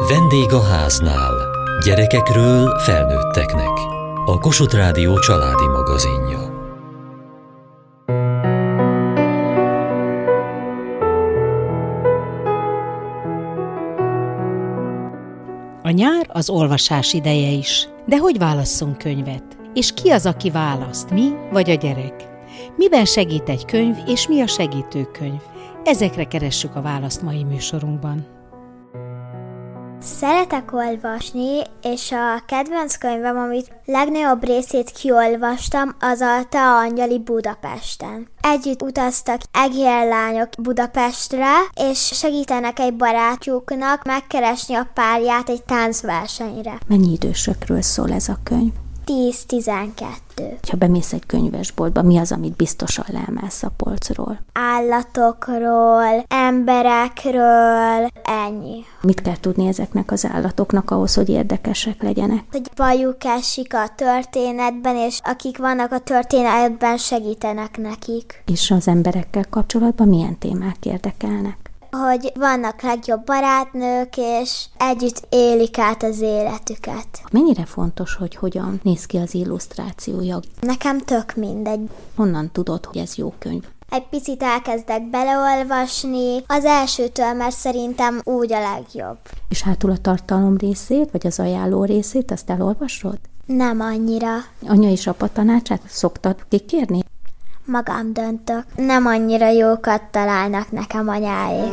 Vendég a háznál. Gyerekekről felnőtteknek. A Kossuth Rádió családi magazinja. A nyár az olvasás ideje is. De hogy válasszunk könyvet? És ki az, aki választ, mi vagy a gyerek? Miben segít egy könyv, és mi a segítőkönyv? Ezekre keressük a választ mai műsorunkban. Szeretek olvasni, és a kedvenc könyvem, amit legnagyobb részét kiolvastam, az a Te angyali Budapesten. Együtt utaztak egérlányok Budapestre, és segítenek egy barátjuknak megkeresni a párját egy táncversenyre. Mennyi idősökről szól ez a könyv? 10-12. Ha bemész egy könyvesboltba, mi az, amit biztosan leemelsz a polcról? Állatokról, emberekről, ennyi. Mit kell tudni ezeknek az állatoknak ahhoz, hogy érdekesek legyenek? Hogy bajuk esik a történetben, és akik vannak a történetben, segítenek nekik. És az emberekkel kapcsolatban milyen témák érdekelnek? Hogy vannak legjobb barátnők, és együtt élik át az életüket. Mennyire fontos, hogy hogyan néz ki az illusztrációja? Nekem tök mindegy. Honnan tudod, hogy ez jó könyv? Egy picit elkezdek beleolvasni, az elsőtől, mert szerintem úgy a legjobb. És hátul a tartalom részét, vagy az ajánló részét, azt elolvasod? Nem annyira. Anya és apa tanácsát szoktad kikérni? Magam döntök. Nem annyira jókat találnak nekem anyáék.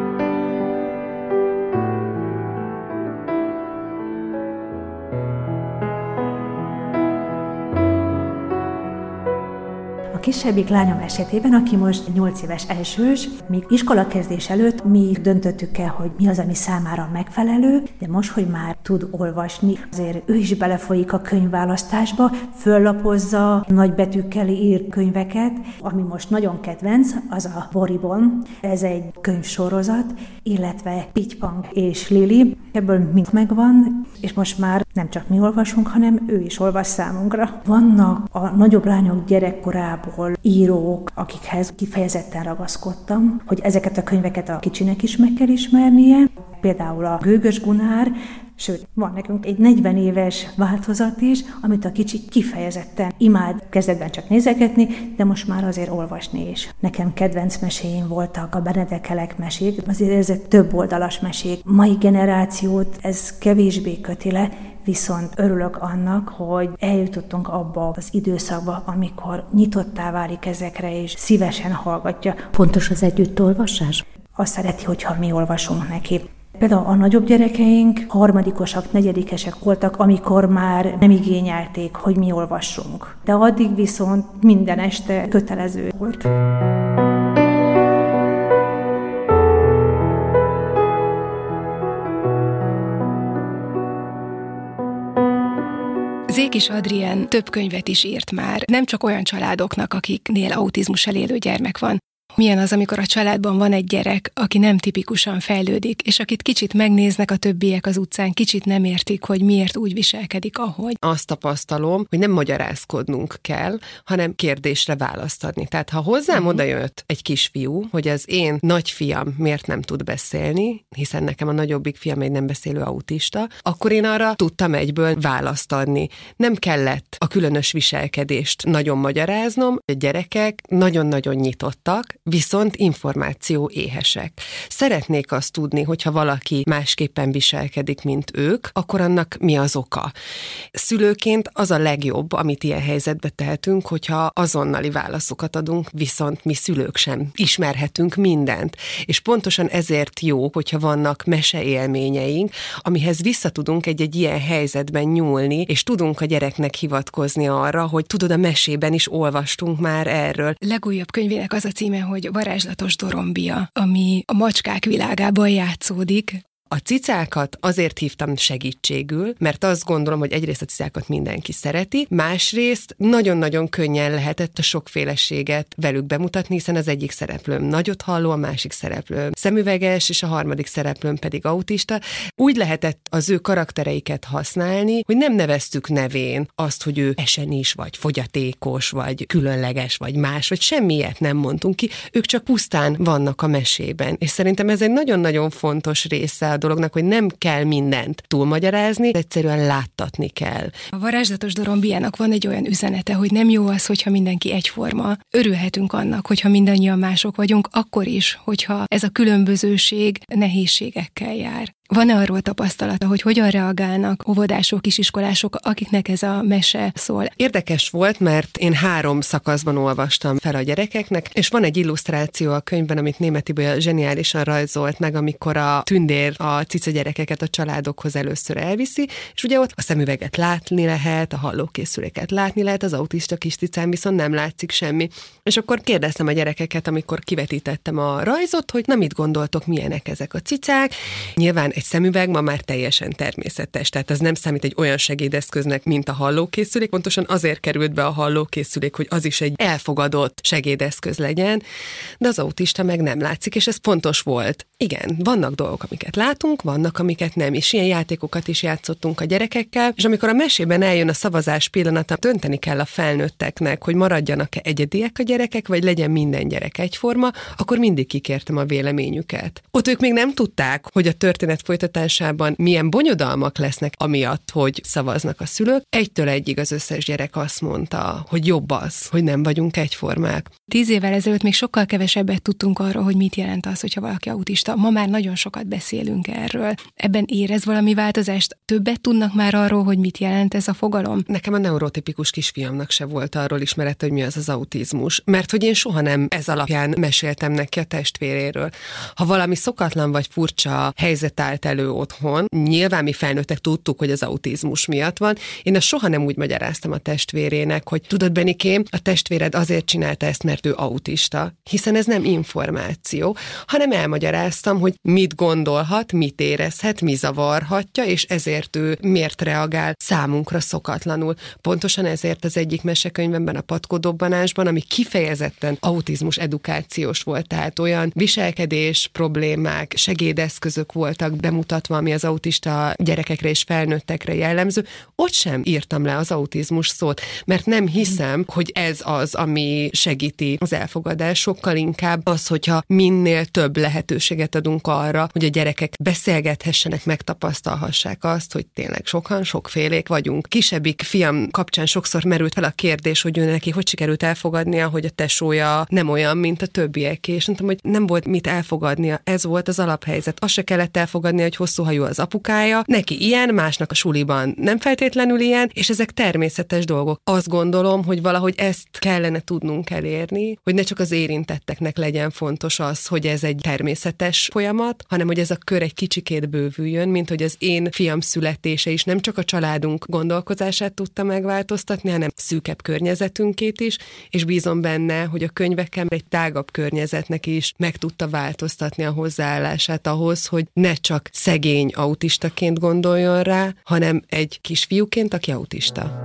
A kisebbik lányom esetében, aki most 8 éves elsős, még iskolakezdés előtt mi döntöttük el, hogy mi az, ami számára megfelelő, de most, hogy már tud olvasni, azért ő is belefolyik a könyvválasztásba, föllapozza, nagybetűkkel ír könyveket, ami most nagyon kedvenc, az a Boribon, ez egy könyvsorozat, illetve Pitypang és Lili, ebből mind megvan, és most már nem csak mi olvasunk, hanem ő is olvas számunkra. Vannak a nagyobb lányok gyerekkorából írók, akikhez kifejezetten ragaszkodtam, hogy ezeket a könyveket a kicsinek is meg kell ismernie. Például a Gőgös Gunár, sőt, van nekünk egy 40 éves változat is, amit a kicsi kifejezetten imád kezdetben csak nézegetni, de most már azért olvasni is. Nekem kedvenc meséim voltak a Benedekelek mesék, azért ezek több oldalas mesék. Mai generációt ez kevésbé köti le, viszont örülök annak, hogy eljutottunk abba az időszakba, amikor nyitottá válik ezekre, és szívesen hallgatja. Fontos az együttolvasás? Azt szereti, hogyha mi olvasunk neki. Például a nagyobb gyerekeink harmadikosak, negyedikesek voltak, amikor már nem igényelték, hogy mi olvassunk. De addig viszont minden este kötelező volt. Zékis Adrien több könyvet is írt már, nem csak olyan családoknak, akiknél autizmussal élő gyermek van. Milyen az, amikor a családban van egy gyerek, aki nem tipikusan fejlődik, és akit kicsit megnéznek a többiek az utcán, kicsit nem értik, hogy miért úgy viselkedik, ahogy. Azt tapasztalom, hogy nem magyarázkodnunk kell, hanem kérdésre választ adni. Tehát ha hozzám odajött egy kisfiú, hogy az én nagyfiam miért nem tud beszélni, hiszen nekem a nagyobbik fiam egy nem beszélő autista, akkor én arra tudtam egyből választ adni. Nem kellett a különös viselkedést nagyon magyaráznom, a gyerekek nagyon-nagyon nyitottak, viszont információ éhesek. Szeretnék azt tudni, hogyha valaki másképpen viselkedik, mint ők, akkor annak mi az oka. Szülőként az a legjobb, amit ilyen helyzetbe tehetünk, hogyha azonnali válaszokat adunk, viszont mi szülők sem ismerhetünk mindent. És pontosan ezért jó, hogyha vannak meseélményeink, amihez vissza tudunk egy ilyen helyzetben nyúlni, és tudunk a gyereknek hivatkozni arra, hogy tudod, a mesében is olvastunk már erről. Legújabb könyvének az a címe, hogy Varázslatos Dorombia, ami a macskák világában játszódik. A cicákat azért hívtam segítségül, mert azt gondolom, hogy egyrészt a cicákat mindenki szereti, másrészt nagyon-nagyon könnyen lehetett a sokféleséget velük bemutatni, hiszen az egyik szereplőm nagyot halló, a másik szereplőm szemüveges, és a harmadik szereplőm pedig autista. Úgy lehetett az ő karaktereiket használni, hogy nem neveztük nevén azt, hogy ő esenis, vagy fogyatékos, vagy különleges, vagy más, vagy semmi ilyet nem mondtunk ki, ők csak pusztán vannak a mesében. És szerintem ez egy nagyon-nagyon fontos része a dolognak, hogy nem kell mindent túlmagyarázni, egyszerűen láttatni kell. A varázslatos Dorombiának van egy olyan üzenete, hogy nem jó az, hogyha mindenki egyforma. Örülhetünk annak, hogyha mindannyian mások vagyunk, akkor is, hogyha ez a különbözőség nehézségekkel jár. Van-e arról tapasztalata, hogy hogyan reagálnak óvodások, kisiskolások, akiknek ez a mese szól? Érdekes volt, mert én 3 szakaszban olvastam fel a gyerekeknek, és van egy illusztráció a könyvben, amit Németh Ibolya zseniálisan rajzolt meg, amikor a tündér a cica gyerekeket a családokhoz először elviszi, és ugye ott a szemüveget látni lehet, a hallókészüléket látni lehet, az autista kis cicán viszont nem látszik semmi. És akkor kérdeztem a gyerekeket, amikor kivetítettem a rajzot, hogy na mit gondoltok, milyenek ezek a cicák. Nyilván egy szemüveg ma már teljesen természetes, tehát az nem számít egy olyan segédeszköznek, mint a hallókészülék, pontosan azért került be a hallókészülék, hogy az is egy elfogadott segédeszköz legyen, de az autista meg nem látszik, és ez fontos volt. Igen, vannak dolgok, amiket látunk, vannak, amiket nem, és ilyen játékokat is játszottunk a gyerekekkel, és amikor a mesében eljön a szavazás pillanata, dönteni kell a felnőtteknek, hogy maradjanak-e egyediek a gyerekek, vagy legyen minden gyerek egyforma, akkor mindig kikértem a véleményüket. Ott ők még nem tudták, hogy a történet folytatásában milyen bonyodalmak lesznek amiatt, hogy szavaznak a szülők. 1-től 1-ig az összes gyerek azt mondta, hogy jobb az, hogy nem vagyunk egyformák. 10 évvel ezelőtt még sokkal kevesebbet tudtunk arról, hogy mit jelent az, hogyha valaki autista. Ma már nagyon sokat beszélünk erről. Ebben érez valami változást? Többet tudnak már arról, hogy mit jelent ez a fogalom? Nekem a neurotipikus kisfiamnak se volt arról ismerete, hogy mi az autizmus, mert hogy én soha nem ez alapján meséltem neki a testvéréről. Ha valami szokatlan vagy furcsa helyzet állt elő otthon, nyilván mi felnőttek tudtuk, hogy az autizmus miatt van, én azt soha nem úgy magyaráztam a testvérének, hogy tudod, Benikém, a testvéred azért csinálta ezt, mert ő autista, hiszen ez nem információ, hanem elmagyaráztam, hogy mit gondolhat, mit érezhet, mi zavarhatja, és ezért ő miért reagál számunkra szokatlanul. Pontosan ezért az egyik mesekönyvemben, a Patkódobbanásban, ami kifejezetten autizmus edukációs volt, tehát olyan viselkedés problémák, segédeszközök voltak bemutatva, ami az autista gyerekekre és felnőttekre jellemző, ott sem írtam le az autizmus szót, mert nem hiszem, hogy ez az, ami segíti az elfogadás, sokkal inkább az, hogyha minél több lehetőséget adunk arra, hogy a gyerekek beszélgethessenek, megtapasztalhassák azt, hogy tényleg sokan, sokfélék vagyunk. Kisebbik fiam kapcsán sokszor merült fel a kérdés, hogy ő neki hogy sikerült elfogadnia, hogy a tesója nem olyan, mint a többiek, és mondtam, hogy nem volt mit elfogadnia, ez volt az alaphelyzet. Azt se kellett elfogadnia, hogy hosszú hajú az apukája, neki ilyen, másnak a suliban nem feltétlenül ilyen, és ezek természetes dolgok. Azt gondolom, hogy valahogy ezt kellene tudnunk elérni, hogy ne csak az érintetteknek legyen fontos az, hogy ez egy természetes folyamat, hanem hogy ez a kör egy kicsikét bővüljön, mint hogy az én fiam születése is nem csak a családunk gondolkozását tudta megváltoztatni, hanem szűkebb környezetünkét is, és bízom benne, hogy a könyvekkel egy tágabb környezetnek is meg tudta változtatni a hozzáállását ahhoz, hogy ne csak szegény autistaként gondoljon rá, hanem egy kisfiúként, aki autista.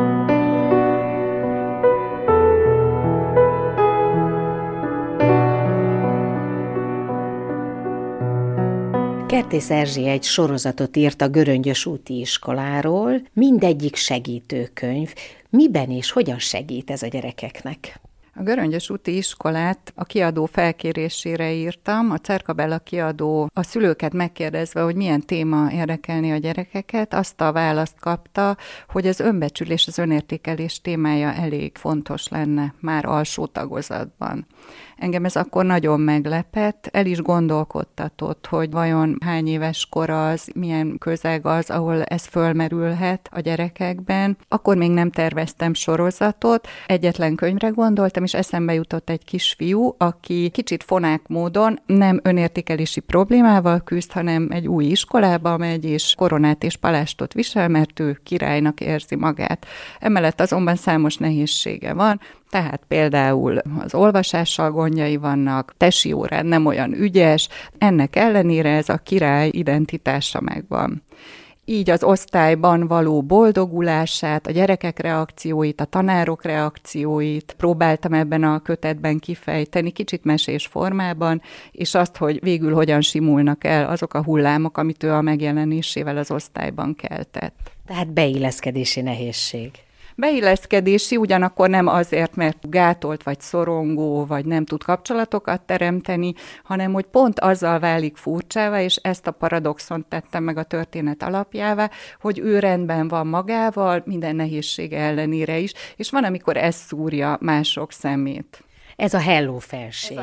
Kertész Erzsi egy sorozatot írt a Göröngyös úti iskoláról, mindegyik segítőkönyv. Miben és hogyan segít ez a gyerekeknek? A Göröngyös úti iskolát a kiadó felkérésére írtam, a Cerkabella kiadó a szülőket megkérdezve, hogy milyen téma érdekelni a gyerekeket, azt a választ kapta, hogy az önbecsülés, az önértékelés témája elég fontos lenne már alsó tagozatban. Engem ez akkor nagyon meglepett, el is gondolkodtatott, hogy vajon hány éves kor az, milyen közeg az, ahol ez fölmerülhet a gyerekekben. Akkor még nem terveztem sorozatot, egyetlen könyvre gondoltam, és eszembe jutott egy kisfiú, aki kicsit fonák módon nem önértékelési problémával küzd, hanem egy új iskolába megy, és koronát és palástot visel, mert ő királynak érzi magát. Emellett azonban számos nehézsége van, tehát például az olvasással gondjai vannak, tesi órán nem olyan ügyes, ennek ellenére ez a király identitása megvan. Így az osztályban való boldogulását, a gyerekek reakcióit, a tanárok reakcióit próbáltam ebben a kötetben kifejteni, kicsit mesés formában, és azt, hogy végül hogyan simulnak el azok a hullámok, amit ő a megjelenésével az osztályban keltett. Tehát beilleszkedési nehézség. Beilleszkedési ugyanakkor nem azért, mert gátolt, vagy szorongó, vagy nem tud kapcsolatokat teremteni, hanem hogy pont azzal válik furcsává, és ezt a paradoxont tettem meg a történet alapjává, hogy ő rendben van magával, minden nehézsége ellenére is, és van, amikor ez szúrja mások szemét. Ez a Hello Felség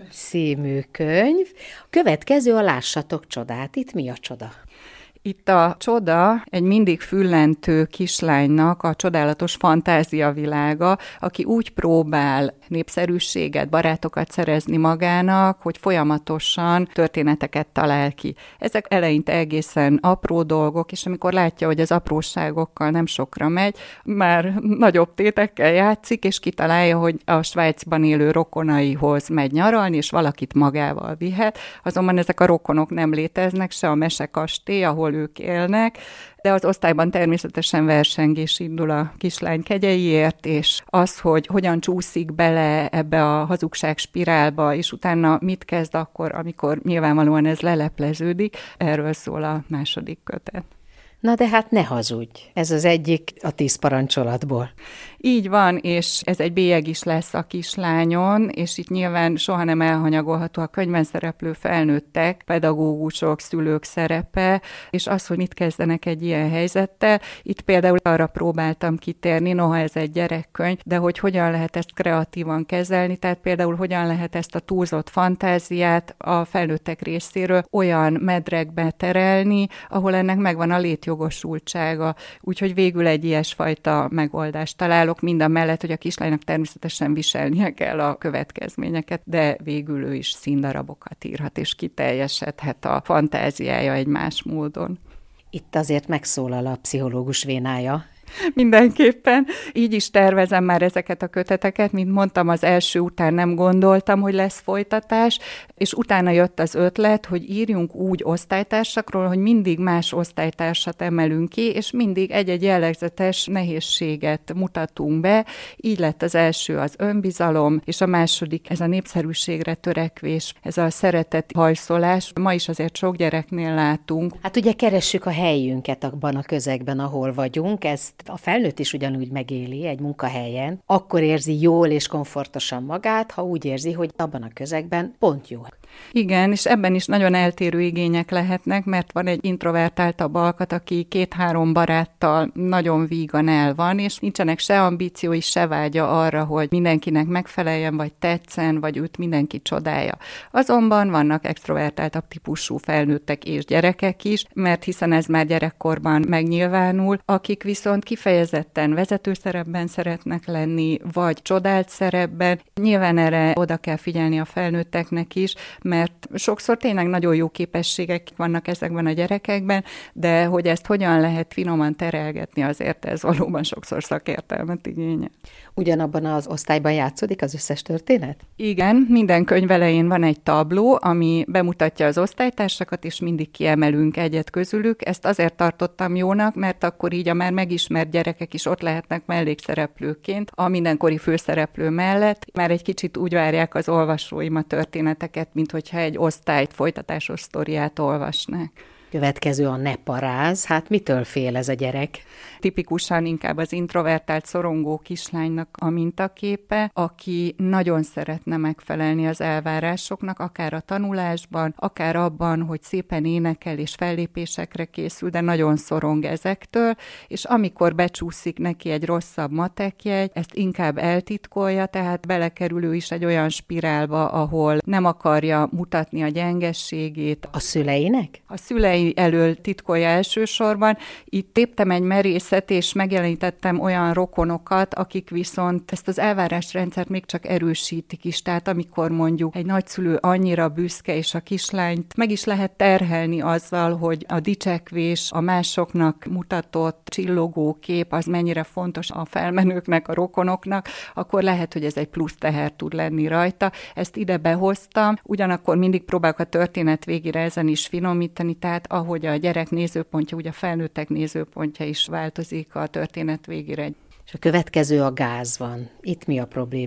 című könyv. A következő a Lássatok csodát. Itt mi a csoda? Itt a csoda egy mindig füllentő kislánynak a csodálatos fantáziavilága, aki úgy próbál népszerűséget, barátokat szerezni magának, hogy folyamatosan történeteket talál ki. Ezek eleinte egészen apró dolgok, és amikor látja, hogy az apróságokkal nem sokra megy, már nagyobb tétekkel játszik, és kitalálja, hogy a Svájcban élő rokonaihoz megy nyaralni, és valakit magával vihet. Azonban ezek a rokonok nem léteznek, se a mesekastély, ahol ők élnek, de az osztályban természetesen versengés indul a kislány kegyeiért, és az, hogy hogyan csúszik bele ebbe a hazugság spirálba, és utána mit kezd akkor, amikor nyilvánvalóan ez lelepleződik, erről szól a második kötet. Na de hát ne hazudj, ez az egyik a 10 parancsolatból. Így van, és ez egy bélyeg is lesz a kislányon, és itt nyilván soha nem elhanyagolható a könyvben szereplő felnőttek, pedagógusok, szülők szerepe, és az, hogy mit kezdenek egy ilyen helyzettel. Itt például arra próbáltam kitérni, noha ez egy gyerekkönyv, de hogy hogyan lehet ezt kreatívan kezelni, tehát például hogyan lehet ezt a túlzott fantáziát a felnőttek részéről olyan medrekbe terelni, ahol ennek megvan a létjogosultsága. Úgyhogy végül egy ilyesfajta megoldást találok, mindamellett, hogy a kislánynak természetesen viselnie kell a következményeket, de végül ő is színdarabokat írhat, és kiteljesedhet a fantáziája egy más módon. Itt azért megszólal a pszichológus vénája. Mindenképpen. Így is tervezem már ezeket a köteteket, mint mondtam, az első után nem gondoltam, hogy lesz folytatás, és utána jött az ötlet, hogy írjunk úgy osztálytársakról, hogy mindig más osztálytársat emelünk ki, és mindig egy-egy jellegzetes nehézséget mutatunk be. Így lett az első az önbizalom, és a második ez a népszerűségre törekvés, ez a szeretet hajszolás. Ma is azért sok gyereknél látunk. Hát ugye keressük a helyünket abban a közegben, ahol vagyunk, ezt a felnőtt is ugyanúgy megéli egy munkahelyen, akkor érzi jól és komfortosan magát, ha úgy érzi, hogy abban a közegben pont jó. Igen, és ebben is nagyon eltérő igények lehetnek, mert van egy introvertáltabb alkat, aki 2-3 baráttal nagyon vígan el van, és nincsenek se ambíciói, se vágya arra, hogy mindenkinek megfeleljen, vagy tetszen, vagy őt mindenki csodálja. Azonban vannak extrovertáltabb típusú felnőttek és gyerekek is, mert hiszen ez már gyerekkorban megnyilvánul, akik viszont kifejezetten vezetőszerepben szeretnek lenni, vagy csodált szerepben. Nyilván erre oda kell figyelni a felnőtteknek is, mert sokszor tényleg nagyon jó képességek vannak ezekben a gyerekekben, de hogy ezt hogyan lehet finoman terelgetni, azért ez valóban sokszor szakértelmet igényel. Ugyanabban az osztályban játszódik az összes történet? Igen, minden könyv elején van egy tabló, ami bemutatja az osztálytársakat, és mindig kiemelünk egyet közülük. Ezt azért tartottam jónak, mert akkor így a már megismert gyerekek is ott lehetnek mellékszereplőként, a mindenkori főszereplő mellett. Már egy kicsit úgy várják az olvasóim a történeteket, mint hogyha egy osztályt, folytatásos sztoriát olvasnák. Következő a Ne paráz. Hát mitől fél ez a gyerek? Tipikusan inkább az introvertált, szorongó kislánynak a mintaképe, aki nagyon szeretne megfelelni az elvárásoknak, akár a tanulásban, akár abban, hogy szépen énekel és fellépésekre készül, de nagyon szorong ezektől, és amikor becsúszik neki egy rosszabb matekjegy, ezt inkább eltitkolja, tehát belekerül is egy olyan spirálba, ahol nem akarja mutatni a gyengességét. A szüleinek? A szülei elől titkolja elsősorban. Itt téptem egy merészet, és megjelenítettem olyan rokonokat, akik viszont ezt az elvárásrendszert még csak erősítik is. Tehát amikor mondjuk egy nagyszülő annyira büszke, és a kislányt meg is lehet terhelni azzal, hogy a dicsekvés, a másoknak mutatott csillogó kép, az mennyire fontos a felmenőknek, a rokonoknak, akkor lehet, hogy ez egy plusz teher tud lenni rajta. Ezt ide behoztam, ugyanakkor mindig próbálok a történet végére ezen is finomítani, tehát ahogy a gyerek nézőpontja, úgy a felnőttek nézőpontja is változik a történet végére. És a következő a gáz van. Itt mi a probléma?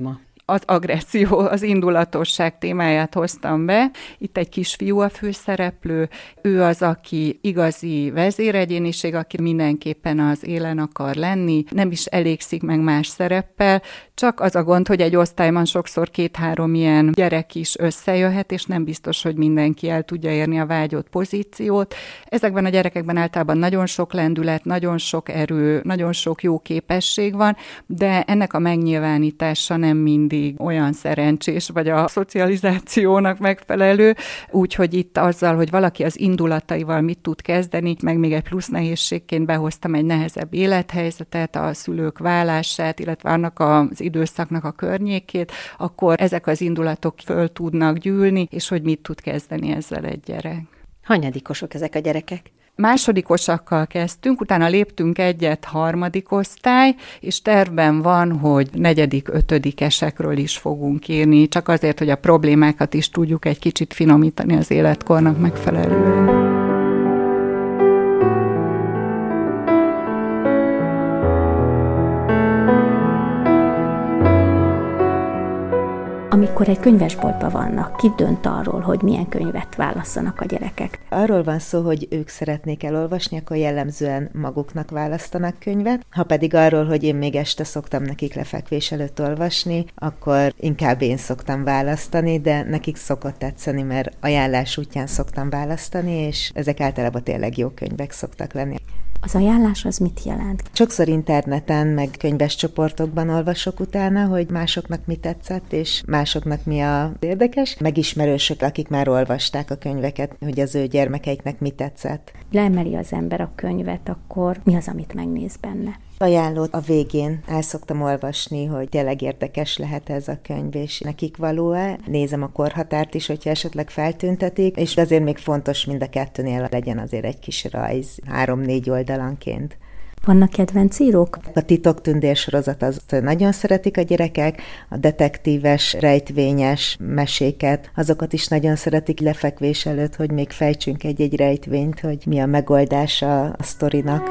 az agresszió, az indulatosság témáját hoztam be. Itt egy kisfiú a főszereplő, ő az, aki igazi vezéregyéniség, aki mindenképpen az élen akar lenni, nem is elégszik meg más szereppel, csak az a gond, hogy egy osztályban sokszor 2-3 ilyen gyerek is összejöhet, és nem biztos, hogy mindenki el tudja érni a vágyott pozíciót. Ezekben a gyerekekben általában nagyon sok lendület, nagyon sok erő, nagyon sok jó képesség van, de ennek a megnyilvánítása nem mindig olyan szerencsés, vagy a szocializációnak megfelelő, úgyhogy itt azzal, hogy valaki az indulataival mit tud kezdeni, meg még egy plusz nehézségként behoztam egy nehezebb élethelyzetet, a szülők válását, illetve annak az időszaknak a környékét, akkor ezek az indulatok föl tudnak gyűlni, és hogy mit tud kezdeni ezzel egy gyerek. Hanyadikosok ezek a gyerekek? Másodikosakkal kezdtünk, utána léptünk egyet 3. osztály, és tervben van, hogy 4., 5-esekről is fogunk írni, csak azért, hogy a problémákat is tudjuk egy kicsit finomítani az életkornak megfelelően. Amikor egy könyvesboltban vannak, ki dönt arról, hogy milyen könyvet válasszanak a gyerekek? Arról van szó, hogy ők szeretnék elolvasni, akkor jellemzően maguknak választanak könyvet. Ha pedig arról, hogy én még este szoktam nekik lefekvés előtt olvasni, akkor inkább én szoktam választani, de nekik szokott tetszeni, mert ajánlás útján szoktam választani, és ezek általában tényleg jó könyvek szoktak lenni. Az ajánlás az mit jelent? Sokszor interneten, meg könyves csoportokban olvasok utána, hogy másoknak mi tetszett, és másoknak mi az érdekes. Megismerősök, akik már olvasták a könyveket, hogy az ő gyermekeiknek mi tetszett. Leemeli az ember a könyvet, akkor mi az, amit megnéz benne? Ajánlót a végén el szoktam olvasni, hogy tényleg érdekes lehet ez a könyv, és nekik való-e. Nézem a korhatárt is, hogyha esetleg feltüntetik, és azért még fontos mind a kettőnél legyen azért egy kis rajz, 3-4 oldalanként. Vannak kedvenc írók? A Titoktündér sorozat az nagyon szeretik a gyerekek, a detektíves, rejtvényes meséket, azokat is nagyon szeretik lefekvés előtt, hogy még fejtsünk egy-egy rejtvényt, hogy mi a megoldása a sztorinak.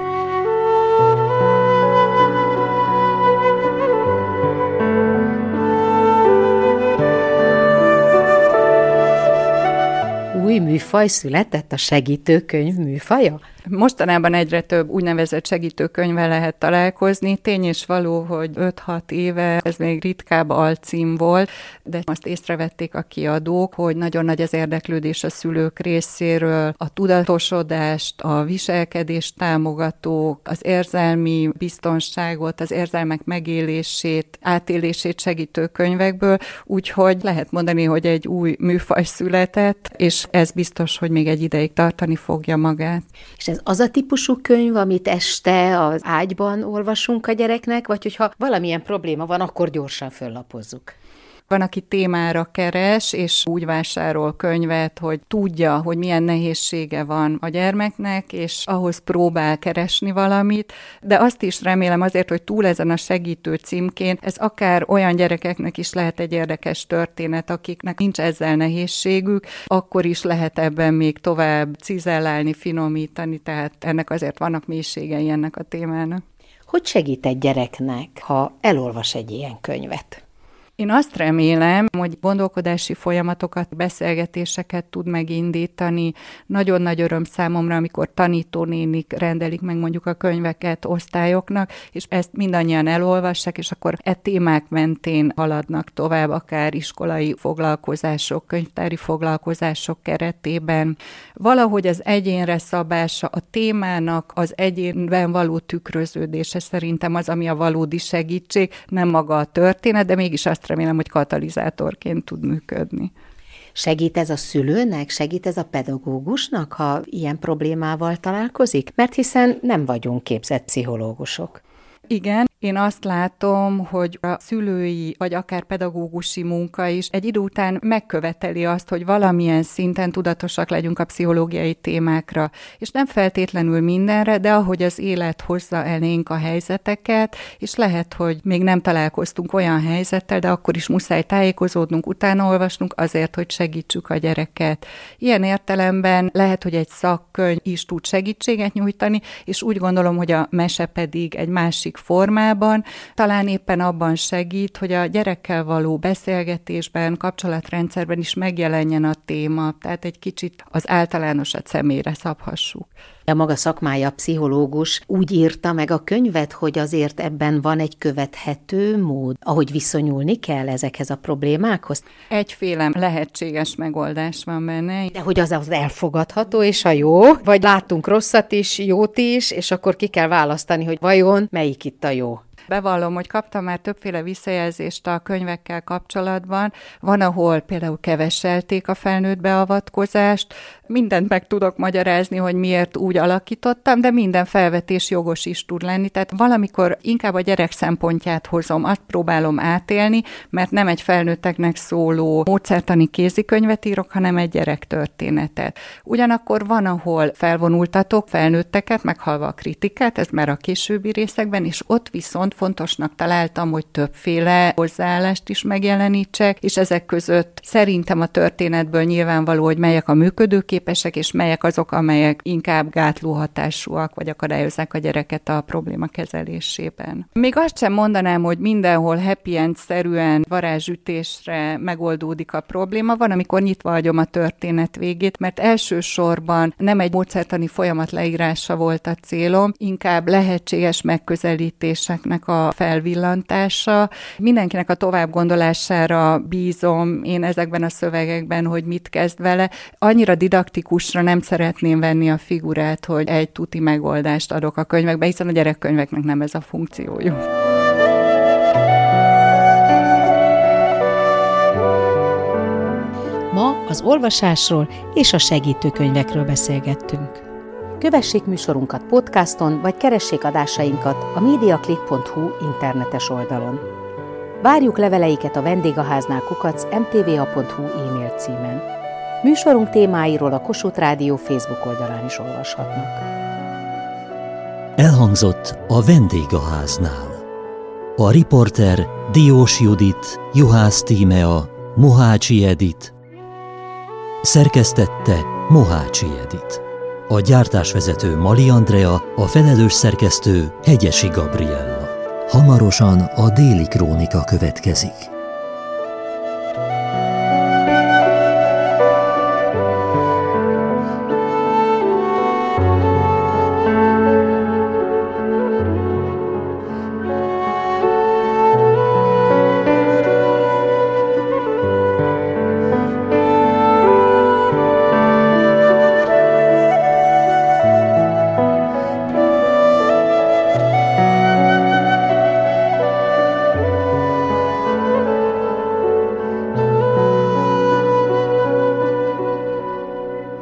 Új műfaj született, a segítőkönyv műfaja? Mostanában egyre több úgynevezett segítőkönyvvel lehet találkozni. Tény és való, hogy 5-6 éve ez még ritkább alcím volt, de azt észrevették a kiadók, hogy nagyon nagy az érdeklődés a szülők részéről, a tudatosodást, a viselkedést támogató, az érzelmi biztonságot, az érzelmek megélését, átélését segítő könyvekből, úgyhogy lehet mondani, hogy egy új műfaj született, és ez biztos, hogy még egy ideig tartani fogja magát. És ez az a típusú könyv, amit este az ágyban olvasunk a gyereknek, vagy hogyha valamilyen probléma van, akkor gyorsan föllapozzuk? Van, aki témára keres, és úgy vásárol könyvet, hogy tudja, hogy milyen nehézsége van a gyermeknek, és ahhoz próbál keresni valamit, de azt is remélem azért, hogy túl ezen a segítő címként, ez akár olyan gyerekeknek is lehet egy érdekes történet, akiknek nincs ezzel nehézségük, akkor is lehet ebben még tovább cizellálni, finomítani, tehát ennek azért vannak mélységei ennek a témának. Hogy segít egy gyereknek, ha elolvas egy ilyen könyvet? Én azt remélem, hogy gondolkodási folyamatokat, beszélgetéseket tud megindítani. Nagyon nagy öröm számomra, amikor tanítónénik rendelik meg mondjuk a könyveket osztályoknak, és ezt mindannyian elolvassák, és akkor témák mentén haladnak tovább, akár iskolai foglalkozások, könyvtári foglalkozások keretében. Valahogy az egyénre szabása, a témának az egyénben való tükröződése szerintem az, ami a valódi segítség, nem maga a történet, de mégis azt remélem, hogy katalizátorként tud működni. Segít ez a szülőnek, segít ez a pedagógusnak, ha ilyen problémával találkozik? Mert hiszen nem vagyunk képzett pszichológusok. Igen, én azt látom, hogy a szülői, vagy akár pedagógusi munka is egy idő után megköveteli azt, hogy valamilyen szinten tudatosak legyünk a pszichológiai témákra. És nem feltétlenül mindenre, de ahogy az élet hozza elénk a helyzeteket, és lehet, hogy még nem találkoztunk olyan helyzettel, de akkor is muszáj tájékozódnunk, utána olvasnunk azért, hogy segítsük a gyereket. Ilyen értelemben lehet, hogy egy szakkönyv is tud segítséget nyújtani, és úgy gondolom, hogy a mese pedig egy másik formában, iskolában. Talán éppen abban segít, hogy a gyerekkel való beszélgetésben, kapcsolatrendszerben is megjelenjen a téma, tehát egy kicsit az általánosat személyre szabhassuk. A maga szakmája, pszichológus, úgy írta meg a könyvet, hogy azért ebben van egy követhető mód, ahogy viszonyulni kell ezekhez a problémákhoz. Egyféle lehetséges megoldás van benne. De hogy az elfogadható és a jó, vagy látunk rosszat is, jót is, és akkor ki kell választani, hogy vajon melyik itt a jó. Bevallom, hogy kaptam már többféle visszajelzést a könyvekkel kapcsolatban. Van, ahol például keveselték a felnőtt beavatkozást, mindent meg tudok magyarázni, hogy miért úgy alakítottam, de minden felvetés jogos is tud lenni. Tehát valamikor inkább a gyerek szempontját hozom, azt próbálom átélni, mert nem egy felnőtteknek szóló módszertani kézikönyvet írok, hanem egy gyerektörténetet. Ugyanakkor van, ahol felvonultatok felnőtteket, meghallva a kritikát, ez már a későbbi részekben, és ott viszont fontosnak találtam, hogy többféle hozzáállást is megjelenítsek, és ezek között szerintem a történetből nyilvánvaló, hogy melyek a működőképesek, és melyek azok, amelyek inkább gátló hatásúak, vagy akadályozzák a gyereket a probléma kezelésében. Még azt sem mondanám, hogy mindenhol happy end-szerűen varázsütésre megoldódik a probléma, van, amikor nyitva hagyom a történet végét, mert elsősorban nem egy módszertani folyamat leírása volt a célom, inkább lehetséges megközelítéseknek a felvillantása. Mindenkinek a továbbgondolására bízom én ezekben a szövegekben, hogy mit kezd vele. Annyira didaktikusra nem szeretném venni a figurát, hogy egy tuti megoldást adok a könyvekbe, hiszen a gyerekkönyveknek nem ez a funkciójuk. Ma az olvasásról és a segítőkönyvekről beszélgettünk. Kövessék műsorunkat podcaston, vagy keressék adásainkat a mediaclick.hu internetes oldalon. Várjuk leveleiket a vendégháznál@mtva.hu e-mail címen. Műsorunk témáiról a Kossuth Rádió Facebook oldalán is olvashatnak. Elhangzott a Vendégháznál. A riporter Diós Judit, Juhász Tímea, Mohácsi Edit. Szerkesztette Mohácsi Edit. A gyártásvezető Mali Andrea, a felelős szerkesztő Hegyesi Gabriella. Hamarosan a Déli Krónika következik.